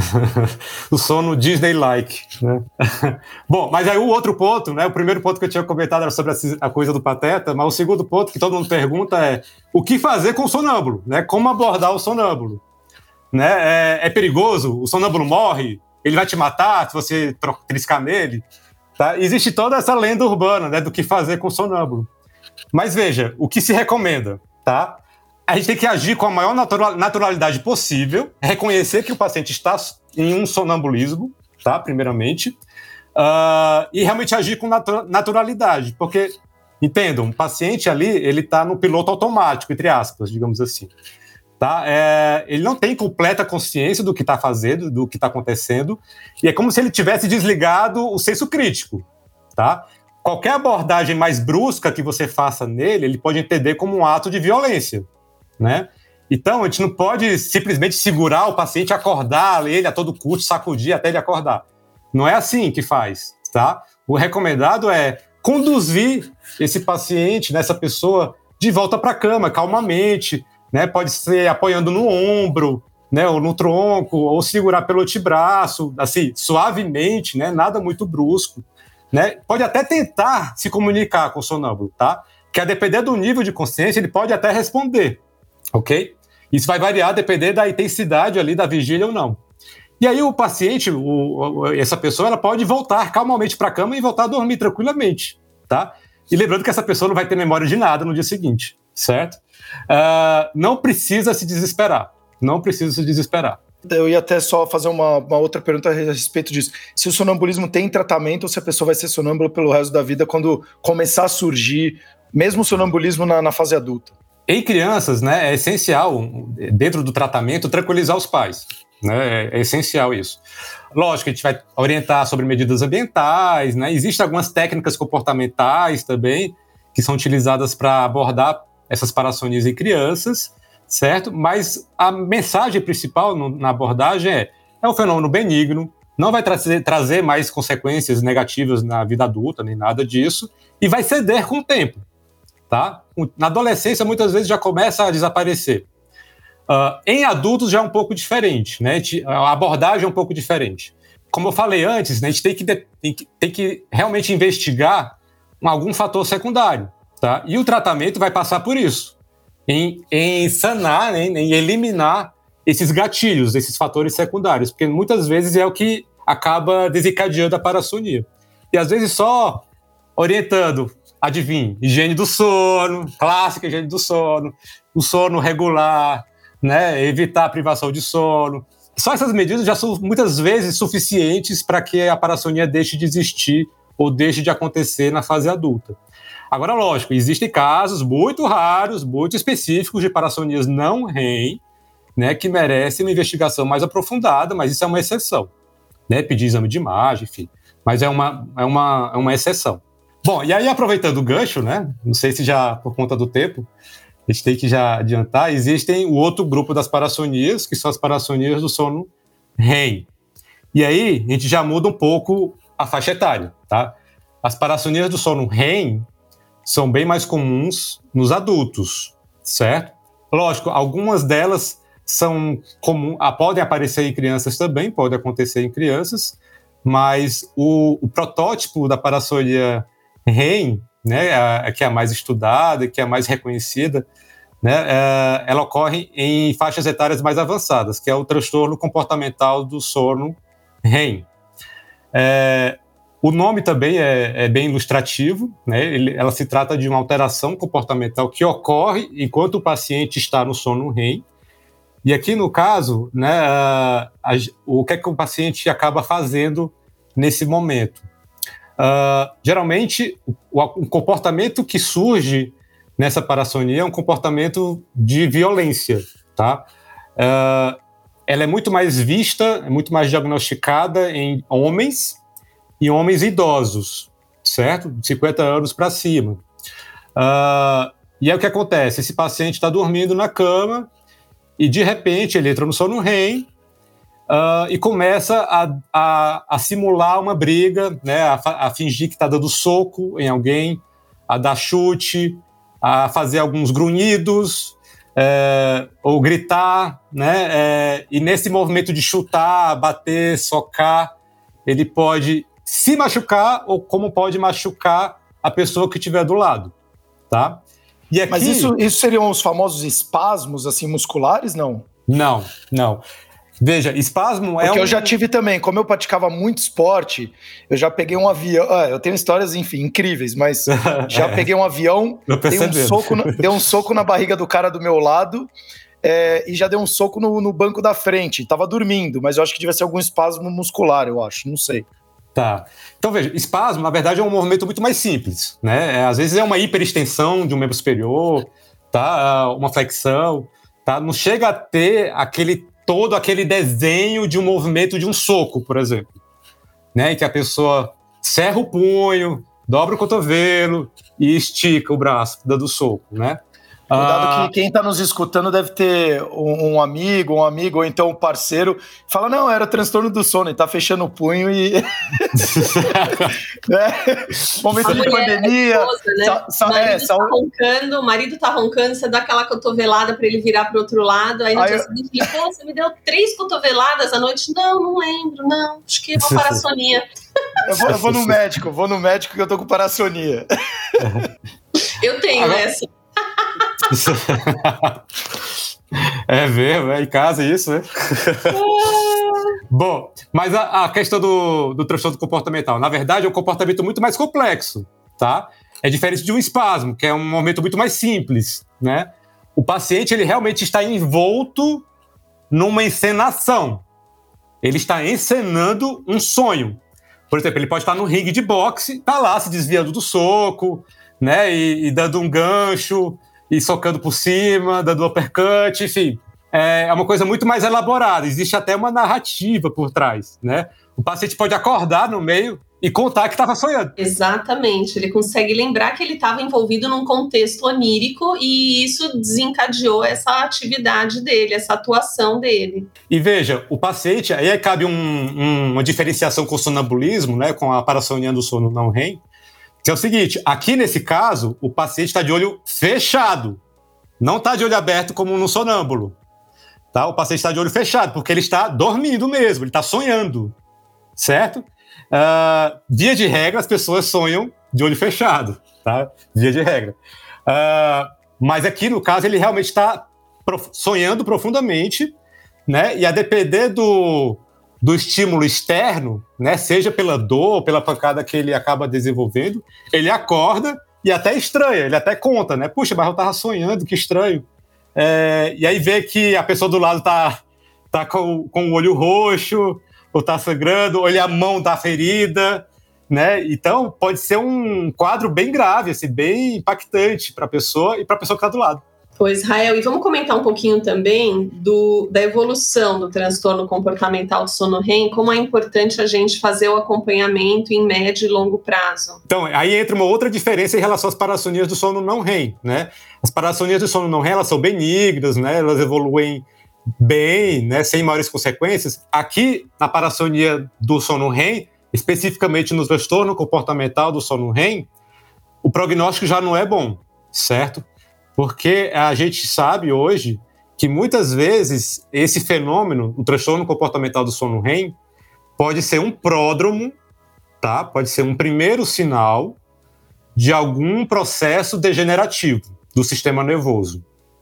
O sono Disney-like, né? Bom, mas aí o outro ponto, né? O primeiro ponto que eu tinha comentado era sobre a coisa do Pateta, mas o segundo ponto que todo mundo pergunta é o que fazer com o sonâmbulo, né? Como abordar o sonâmbulo? Né? É, é perigoso? O sonâmbulo morre? Ele vai te matar se você triscar nele? Tá? Existe toda essa lenda urbana, né, do que fazer com o sonâmbulo. Mas veja, o que se recomenda, tá? A gente tem que agir com a maior naturalidade possível, reconhecer que o paciente está em um sonambulismo, tá? Primeiramente, uh, e realmente agir com naturalidade, porque, entendam, o paciente ali, ele está no piloto automático, entre aspas, digamos assim. Tá? É, ele não tem completa consciência do que está fazendo, do que está acontecendo, e é como se ele tivesse desligado o senso crítico. Tá? Qualquer abordagem mais brusca que você faça nele, ele pode entender como um ato de violência. Né? Então, a gente não pode simplesmente segurar o paciente, acordar ele a todo custo, sacudir até ele acordar. Não é assim que faz. Tá? O recomendado é conduzir esse paciente, né, essa pessoa, de volta para a cama, calmamente, né? Pode ser apoiando no ombro, né, ou no tronco, ou segurar pelo antebraço, assim, suavemente, né, nada muito brusco. Né? Pode até tentar se comunicar com o sonâmbulo, tá? Que a depender do nível de consciência, ele pode até responder, ok? Isso vai variar a depender da intensidade ali da vigília ou não. E aí o paciente, o, essa pessoa, ela pode voltar calmamente para a cama e voltar a dormir tranquilamente, tá? E lembrando que essa pessoa não vai ter memória de nada no dia seguinte, certo? Uh, não precisa se desesperar, não precisa se desesperar. Eu ia até só fazer uma, uma outra pergunta a respeito disso. Se o sonambulismo tem tratamento ou se a pessoa vai ser sonâmbula pelo resto da vida quando começar a surgir, mesmo o sonambulismo na, na fase adulta? Em crianças, né, é essencial, dentro do tratamento, tranquilizar os pais. Né, é, é essencial isso. Lógico que a gente vai orientar sobre medidas ambientais, né, existem algumas técnicas comportamentais também que são utilizadas para abordar essas parassonias em crianças, certo? Mas a mensagem principal no, na abordagem é, é um fenômeno benigno, não vai trazer, trazer mais consequências negativas na vida adulta, nem nada disso, e vai ceder com o tempo, tá? Na adolescência, muitas vezes, já começa a desaparecer. Uh, em adultos já é um pouco diferente, né? A abordagem é um pouco diferente. Como eu falei antes, né, a gente tem que, tem, que, tem que realmente investigar algum fator secundário, tá? E o tratamento vai passar por isso. Em, em sanar, né, em eliminar esses gatilhos, esses fatores secundários, porque muitas vezes é o que acaba desencadeando a parassonia. E às vezes só orientando, adivinhe, higiene do sono, clássica higiene do sono, o sono regular, né, evitar a privação de sono. Só essas medidas já são muitas vezes suficientes para que a parassonia deixe de existir ou deixe de acontecer na fase adulta. Agora, lógico, existem casos muito raros, muito específicos de parassonias não R E M, né, que merecem uma investigação mais aprofundada, mas isso é uma exceção. Né, pedir exame de imagem, enfim, mas é uma, é uma, é uma exceção. Bom, e aí aproveitando o gancho, né, não sei se já por conta do tempo, a gente tem que já adiantar, existem o outro grupo das parassonias, que são as parassonias do sono R E M. E aí a gente já muda um pouco a faixa etária, tá? As parassonias do sono R E M são bem mais comuns nos adultos, certo? Lógico, algumas delas são comum, ah, podem aparecer em crianças também, pode acontecer em crianças, mas o, o protótipo da parassonia R E M, né, a, a que é a mais estudada, que é a mais reconhecida, né, é, ela ocorre em faixas etárias mais avançadas, que é o transtorno comportamental do sono R E M. É, O nome também é, é bem ilustrativo, né? Ele, ela se trata de uma alteração comportamental que ocorre enquanto o paciente está no sono R E M. E aqui, no caso, né, a, a, o que é que o paciente acaba fazendo nesse momento? Uh, geralmente, o, o comportamento que surge nessa parassonia é um comportamento de violência, tá? Uh, ela é muito mais vista, é muito mais diagnosticada em homens, em homens idosos, certo? De cinquenta anos para cima. Uh, e aí o que acontece? Esse paciente está dormindo na cama e, de repente, ele entra no sono R E M uh, e começa a, a, a simular uma briga, né? a, a fingir que está dando soco em alguém, a dar chute, a fazer alguns grunhidos, é, ou gritar, né? É, e nesse movimento de chutar, bater, socar, ele pode se machucar ou como pode machucar a pessoa que estiver do lado, tá? E aqui, mas isso, isso seriam os famosos espasmos, assim, musculares, não? Não, não. Veja, espasmo é Porque um... eu já tive também, como eu praticava muito esporte, eu já peguei um avião, ah, eu tenho histórias, enfim, incríveis, mas já é. peguei um avião, dei um, soco na, dei um soco na barriga do cara do meu lado, é, e já dei um soco no, no banco da frente, tava dormindo, mas eu acho que devia ser algum espasmo muscular, eu acho, não sei. Tá. Então, veja, espasmo, na verdade, é um movimento muito mais simples, né? É, às vezes é uma hiperextensão de um membro superior, tá? Uma flexão, tá? Não chega a ter aquele, todo aquele desenho de um movimento de um soco, por exemplo, né? Em que a pessoa cerra o punho, dobra o cotovelo e estica o braço, dando o soco, né? Cuidado Ah, que quem está nos escutando deve ter um, um amigo, um amigo ou então um parceiro, fala, não, era transtorno do sono, e tá fechando o punho e... é. Momento de pandemia... Esposa, né? sa, sa, o marido é, tá sa... roncando, o marido tá roncando, você dá aquela cotovelada para ele virar para o outro lado, aí no aí dia eu... seguinte ele, pô, você me deu três cotoveladas à noite? Não, não lembro, não, acho que é uma parassonia. eu, vou, eu vou no médico, vou no médico que eu tô com parassonia. Eu tenho Agora... essa. É mesmo, é em casa isso, né? Bom, mas a, a questão do, do transtorno comportamental, na verdade, é um comportamento muito mais complexo, tá? É diferente de um espasmo, que é um momento muito mais simples, né? O paciente, ele realmente está envolto numa encenação. Ele está encenando um sonho. Por exemplo, ele pode estar no ringue de boxe, tá lá se desviando do soco, né? E, e dando um gancho, e socando por cima, dando um uppercut, enfim. É uma coisa muito mais elaborada, existe até uma narrativa por trás, né? O paciente pode acordar no meio e contar que estava sonhando. Exatamente, ele consegue lembrar que ele estava envolvido num contexto onírico e isso desencadeou essa atividade dele, essa atuação dele. E veja, o paciente, aí cabe um, um, uma diferenciação com o sonambulismo, né, com a parassonia do sono não R E M, que é o seguinte, aqui nesse caso, o paciente está de olho fechado, não está de olho aberto como no sonâmbulo. Tá? O paciente está de olho fechado, porque ele está dormindo mesmo, ele está sonhando, certo? Uh, via de regra, as pessoas sonham de olho fechado, tá? Via de regra. Uh, mas aqui, no caso, ele realmente está prof- sonhando profundamente, né? E a depender do, do estímulo externo, né? Seja pela dor, pela pancada que ele acaba desenvolvendo, ele acorda e até estranha, ele até conta, né? Puxa, mas eu estava sonhando, que estranho. É, e aí vê que a pessoa do lado tá, tá com, com o olho roxo, ou tá sangrando, ou ele, a mão tá ferida, né? Então pode ser um quadro bem grave, assim, bem impactante para a pessoa e para a pessoa que está do lado. Pois, Rael, e vamos comentar um pouquinho também do, da evolução do transtorno comportamental do sono R E M, como é importante a gente fazer o acompanhamento em médio e longo prazo. Então, aí entra uma outra diferença em relação às parassonias do sono não R E M, né? As parassonias do sono não R E M, elas são benignas, né? Elas evoluem bem, né? Sem maiores consequências. Aqui, na parassonia do sono R E M, especificamente no transtorno comportamental do sono R E M, o prognóstico já não é bom, certo? Porque a gente sabe hoje que muitas vezes esse fenômeno, o transtorno comportamental do sono R E M, pode ser um pródromo, tá? Pode ser um primeiro sinal de algum processo degenerativo do sistema nervoso,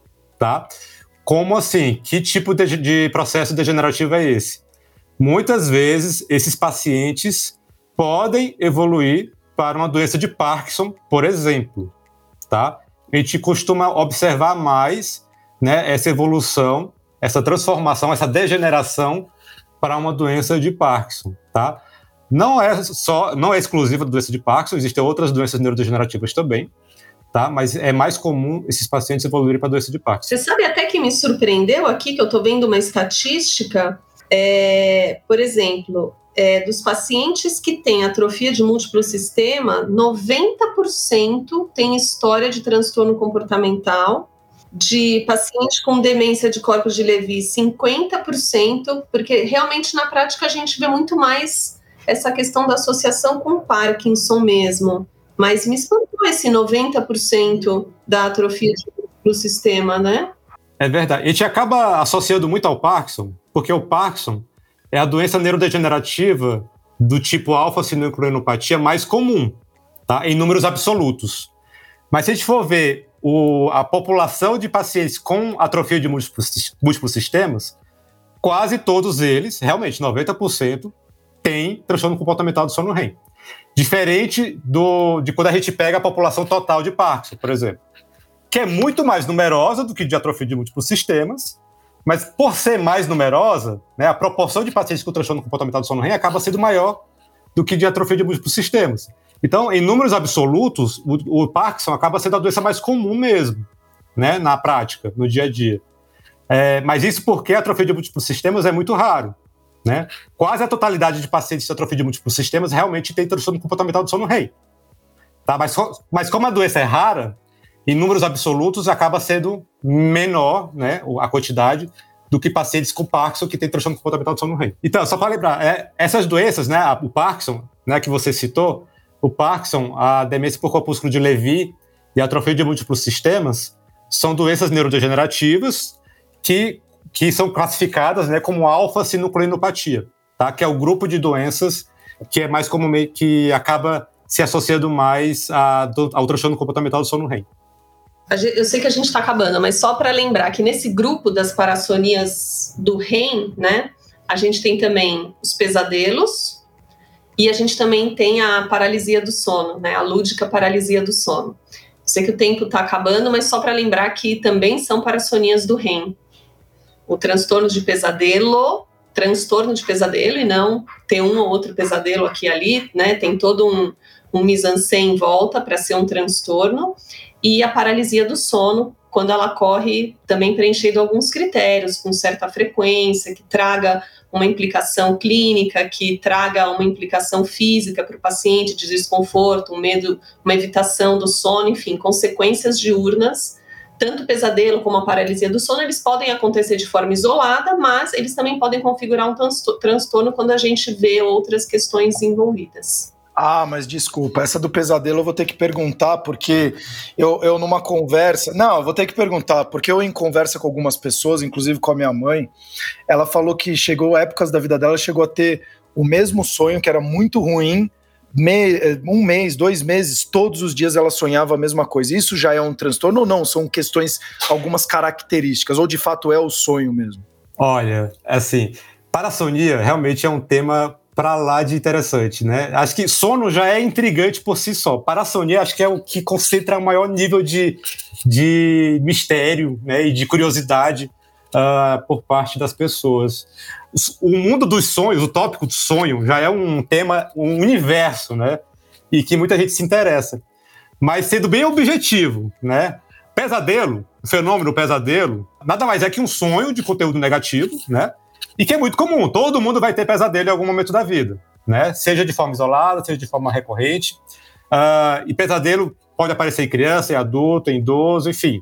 tá? Como assim? Que tipo de, de processo degenerativo é esse? Muitas vezes esses pacientes podem evoluir para uma doença de Parkinson, por exemplo, tá? A gente costuma observar mais, né, essa evolução, essa transformação, essa degeneração para uma doença de Parkinson, tá? Não é só, não é exclusiva da doença de Parkinson, existem outras doenças neurodegenerativas também, tá? Mas é mais comum esses pacientes evoluírem para a doença de Parkinson. Você sabe até que me surpreendeu aqui, que eu estou vendo uma estatística, é, por exemplo, é, dos pacientes que têm atrofia de múltiplo sistema, noventa por cento tem história de transtorno comportamental, de paciente com demência de corpos de Levy, cinquenta por cento, porque realmente na prática a gente vê muito mais essa questão da associação com Parkinson mesmo. Mas me espantou esse noventa por cento da atrofia do sistema, né? É verdade. A gente acaba associando muito ao Parkinson, porque o Parkinson é a doença neurodegenerativa do tipo alfa-sinucleinopatia mais comum, tá? Em números absolutos. Mas se a gente for ver o, a população de pacientes com atrofia de múltiplos, múltiplos sistemas, quase todos eles, realmente noventa por cento, têm transtorno comportamental do sono R E M. Diferente do, de quando a gente pega a população total de Parkinson, por exemplo, que é muito mais numerosa do que de atrofia de múltiplos sistemas, mas por ser mais numerosa, né, a proporção de pacientes com transtorno comportamental do sono R E M acaba sendo maior do que de atrofia de múltiplos sistemas. Então, em números absolutos, o, o Parkinson acaba sendo a doença mais comum mesmo, né, na prática, no dia a dia. É, mas isso porque a atrofia de múltiplos sistemas é muito raro, né? Quase a totalidade de pacientes de atrofia de múltiplos sistemas realmente tem transtorno comportamental do sono R E M. Tá? Mas, mas como a doença é rara, em números absolutos acaba sendo menor, né, a quantidade do que pacientes com Parkinson que tem transtorno comportamental do sono R E M. Então, só para lembrar, é, essas doenças, né, o Parkinson, né, que você citou, o Parkinson, a demência por corpúsculo de Levy e a atrofia de múltiplos sistemas são doenças neurodegenerativas que, que são classificadas, né, como alfa-sinucleinopatia, tá? Que é o grupo de doenças que é mais comum, que acaba se associando mais a, ao transtorno comportamental do sono R E M. Eu sei que a gente está acabando, mas só para lembrar que nesse grupo das parassonias do R E M, né, a gente tem também os pesadelos e a gente também tem a paralisia do sono, né, a lúdica paralisia do sono. Eu sei que o tempo está acabando, mas só para lembrar que também são parassonias do R E M. O transtorno de pesadelo, transtorno de pesadelo e não ter um ou outro pesadelo aqui e ali, né, tem todo um, um mise-en-scène em volta para ser um transtorno. E a paralisia do sono, quando ela ocorre também preenchendo alguns critérios, com certa frequência, que traga uma implicação clínica, que traga uma implicação física para o paciente, de desconforto, um medo, uma evitação do sono, enfim, consequências diurnas. Tanto o pesadelo como a paralisia do sono, eles podem acontecer de forma isolada, mas eles também podem configurar um transtorno quando a gente vê outras questões envolvidas. Ah, mas desculpa, essa do pesadelo eu vou ter que perguntar, porque eu, eu numa conversa... Não, eu vou ter que perguntar, porque eu em conversa com algumas pessoas, inclusive com a minha mãe, ela falou que chegou, épocas da vida dela, chegou a ter o mesmo sonho, que era muito ruim, me, um mês, dois meses, todos os dias ela sonhava a mesma coisa. Isso já é um transtorno ou não? São questões, algumas características, ou de fato é o sonho mesmo? Olha, assim, parassonia realmente é um tema para lá de interessante, né? Acho que sono já é intrigante por si só. Parassonia acho que é o que concentra o maior nível de, de mistério, né, e de curiosidade uh, por parte das pessoas. O mundo dos sonhos, o tópico do sonho, já é um tema, um universo, né? E que muita gente se interessa. Mas sendo bem objetivo, né? Pesadelo, o fenômeno pesadelo, nada mais é que um sonho de conteúdo negativo, né? E que é muito comum, todo mundo vai ter pesadelo em algum momento da vida, né? Seja de forma isolada, seja de forma recorrente. Uh, e pesadelo pode aparecer em criança, em adulto, em idoso, enfim.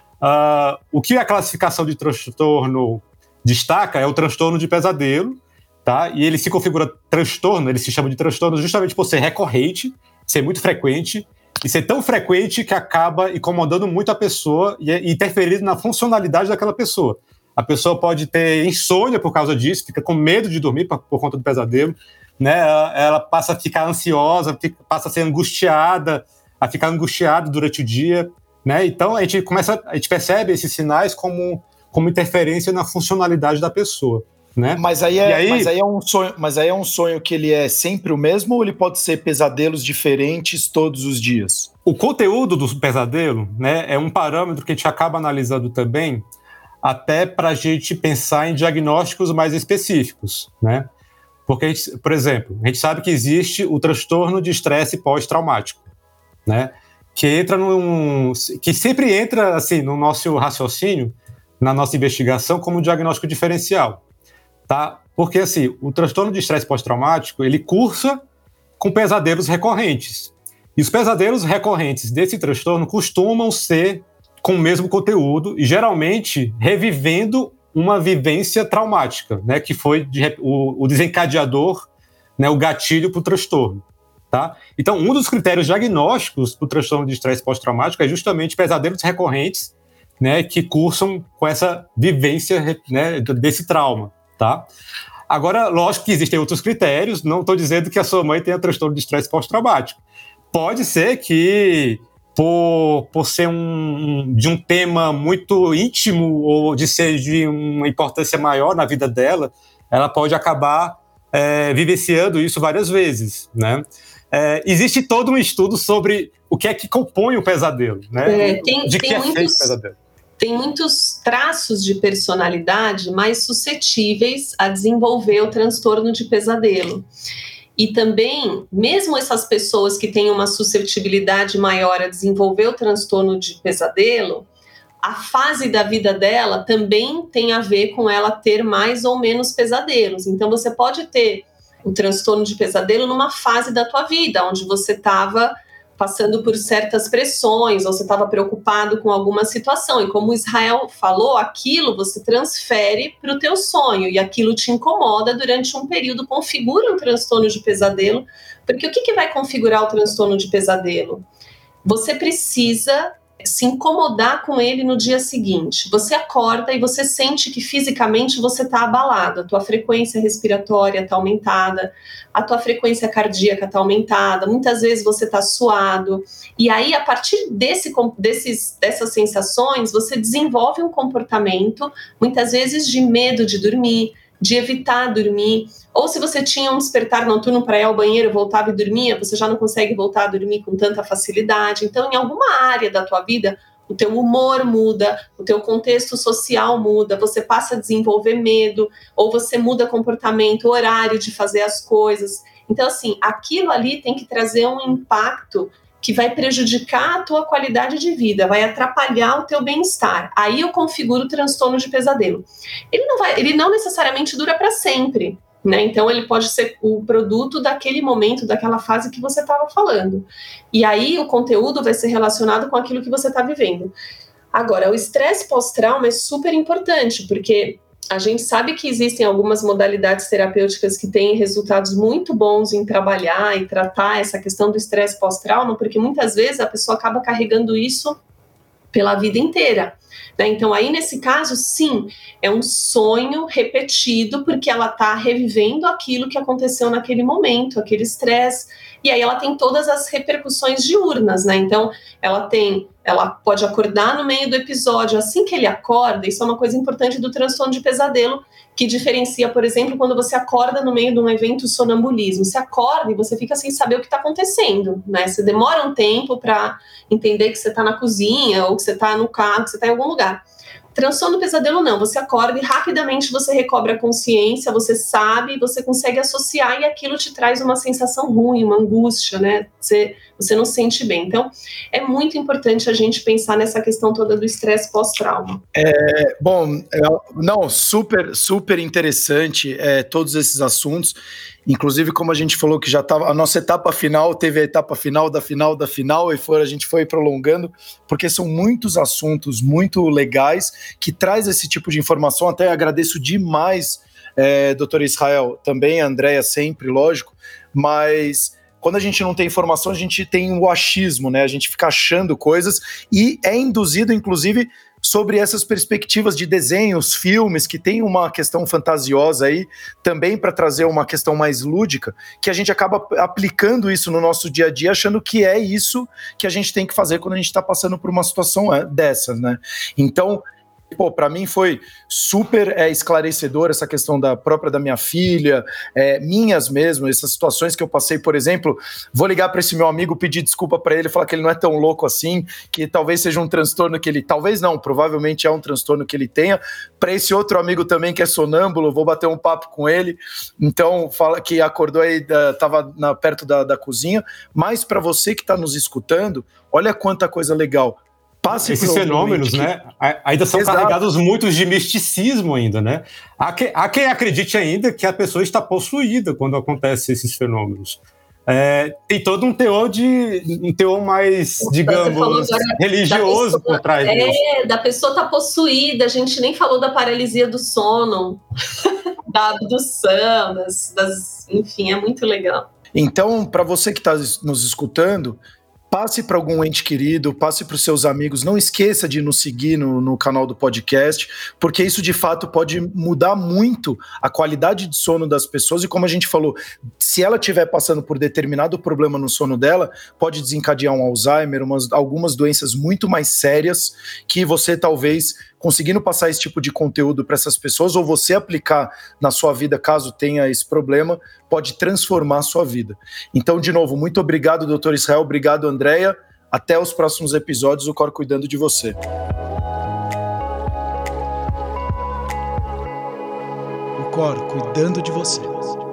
Uh, o que a classificação de transtorno destaca é o transtorno de pesadelo, tá? E ele se configura transtorno, ele se chama de transtorno justamente por ser recorrente, ser muito frequente, e ser tão frequente que acaba incomodando muito a pessoa e interferindo na funcionalidade daquela pessoa. A pessoa pode ter insônia por causa disso, fica com medo de dormir por, por conta do pesadelo, né? Ela, ela passa a ficar ansiosa, fica, passa a ser angustiada, a ficar angustiada durante o dia, né? Então a gente começa, a gente percebe esses sinais como, como interferência na funcionalidade da pessoa, né? Mas aí é, aí, mas aí é um sonho, mas aí é um sonho que ele é sempre o mesmo ou ele pode ser pesadelos diferentes todos os dias? O conteúdo do pesadelo, né, é um parâmetro que a gente acaba analisando também, até para a gente pensar em diagnósticos mais específicos, né? Porque, a gente, por exemplo, a gente sabe que existe o transtorno de estresse pós-traumático, né? Que entra num, que sempre entra assim no nosso raciocínio, na nossa investigação, como um diagnóstico diferencial, tá? Porque assim, o transtorno de estresse pós-traumático ele cursa com pesadelos recorrentes. E os pesadelos recorrentes desse transtorno costumam ser com o mesmo conteúdo e geralmente revivendo uma vivência traumática, né, que foi de, o, o desencadeador, né, o gatilho para o transtorno. Tá? Então, um dos critérios diagnósticos do transtorno de estresse pós-traumático é justamente pesadelos recorrentes, né, que cursam com essa vivência, né, desse trauma. Tá? Agora, lógico que existem outros critérios, não estou dizendo que a sua mãe tenha transtorno de estresse pós-traumático. Pode ser que Por, por ser um, de um tema muito íntimo ou de ser de uma importância maior na vida dela, ela pode acabar é, vivenciando isso várias vezes, né? É, existe todo um estudo sobre o que é que compõe o pesadelo, né? É, tem, de tem que é muitos, feito o pesadelo. Tem muitos traços de personalidade mais suscetíveis a desenvolver o transtorno de pesadelo. E também, mesmo essas pessoas que têm uma suscetibilidade maior a desenvolver o transtorno de pesadelo, a fase da vida dela também tem a ver com ela ter mais ou menos pesadelos. Então, você pode ter o transtorno de pesadelo numa fase da tua vida, onde você estava passando por certas pressões, ou você estava preocupado com alguma situação. E como o Israel falou, aquilo você transfere para o teu sonho, e aquilo te incomoda durante um período, configura um transtorno de pesadelo. Porque o que, que vai configurar o transtorno de pesadelo? Você precisa se incomodar com ele no dia seguinte. Você acorda e você sente que fisicamente você está abalado, a tua frequência respiratória está aumentada, a tua frequência cardíaca está aumentada, muitas vezes você está suado, e aí a partir desse, desses, dessas sensações você desenvolve um comportamento, muitas vezes de medo de dormir, de evitar dormir, ou se você tinha um despertar noturno para ir ao banheiro, voltava e dormia, você já não consegue voltar a dormir com tanta facilidade. Então, em alguma área da tua vida, o teu humor muda, o teu contexto social muda, você passa a desenvolver medo, ou você muda comportamento, horário de fazer as coisas. Então, assim, aquilo ali tem que trazer um impacto que vai prejudicar a tua qualidade de vida, vai atrapalhar o teu bem-estar. Aí eu configuro o transtorno de pesadelo. Ele não, vai, ele não necessariamente dura para sempre, né? Então ele pode ser o produto daquele momento, daquela fase que você estava falando. E aí o conteúdo vai ser relacionado com aquilo que você está vivendo. Agora, o estresse pós-trauma é super importante, porque a gente sabe que existem algumas modalidades terapêuticas que têm resultados muito bons em trabalhar e tratar essa questão do estresse pós-trauma, porque muitas vezes a pessoa acaba carregando isso pela vida inteira, né? Então aí nesse caso, sim, é um sonho repetido, porque ela está revivendo aquilo que aconteceu naquele momento, aquele estresse, e aí ela tem todas as repercussões diurnas, né? Então ela tem, ela pode acordar no meio do episódio, assim que ele acorda, isso é uma coisa importante do transtorno de pesadelo, que diferencia, por exemplo, quando você acorda no meio de um evento sonambulismo. Você acorda e você fica sem saber o que está acontecendo, né? Você demora um tempo para entender que você está na cozinha, ou que você está no carro, que você está em algum lugar. Transtorno do pesadelo não, você acorda e rapidamente você recobre a consciência, você sabe, você consegue associar e aquilo te traz uma sensação ruim, uma angústia, né? Você, você não se sente bem. Então, é muito importante a gente pensar nessa questão toda do estresse pós-trauma. É, bom, é, não, super, super interessante é, todos esses assuntos. Inclusive, como a gente falou que já estava, a nossa etapa final teve a etapa final da final da final e foi, a gente foi prolongando, porque são muitos assuntos muito legais que traz esse tipo de informação. Até agradeço demais, é, doutor Israel, também a Andréia sempre, lógico, mas quando a gente não tem informação, a gente tem o achismo, né? A gente fica achando coisas e é induzido, inclusive, sobre essas perspectivas de desenhos, filmes, que tem uma questão fantasiosa aí, também para trazer uma questão mais lúdica, que a gente acaba aplicando isso no nosso dia a dia, achando que é isso que a gente tem que fazer quando a gente está passando por uma situação dessas, né? Então, pô, para mim foi super é, esclarecedor essa questão da própria da minha filha, é, minhas mesmo, essas situações que eu passei, por exemplo, vou ligar para esse meu amigo, pedir desculpa para ele, falar que ele não é tão louco assim, que talvez seja um transtorno que ele, talvez não, provavelmente é um transtorno que ele tenha. Para esse outro amigo também que é sonâmbulo, vou bater um papo com ele, então fala que acordou aí, estava perto da, da cozinha, mas para você que está nos escutando, olha quanta coisa legal. Passe Esses fenômenos, que... né, ainda são Exato. carregados muitos de misticismo ainda, né? Há, que, há quem acredite ainda que a pessoa está possuída quando acontecem esses fenômenos. É, tem todo um teor de um teor mais, digamos, religioso pessoa, por trás é, disso. É, da pessoa estar tá possuída, a gente nem falou da paralisia do sono, da abdução, das, das, enfim, é muito legal. Então, para você que está nos escutando, passe para algum ente querido, passe para os seus amigos, não esqueça de nos seguir no, no canal do podcast, porque isso de fato pode mudar muito a qualidade de sono das pessoas e como a gente falou, se ela estiver passando por determinado problema no sono dela, pode desencadear um Alzheimer, umas, algumas doenças muito mais sérias que você talvez conseguindo passar esse tipo de conteúdo para essas pessoas ou você aplicar na sua vida caso tenha esse problema, pode transformar a sua vida. Então, de novo, muito obrigado, doutor Israel, obrigado, Andréia. Até os próximos episódios, o Cor cuidando de você. O Cor cuidando de você.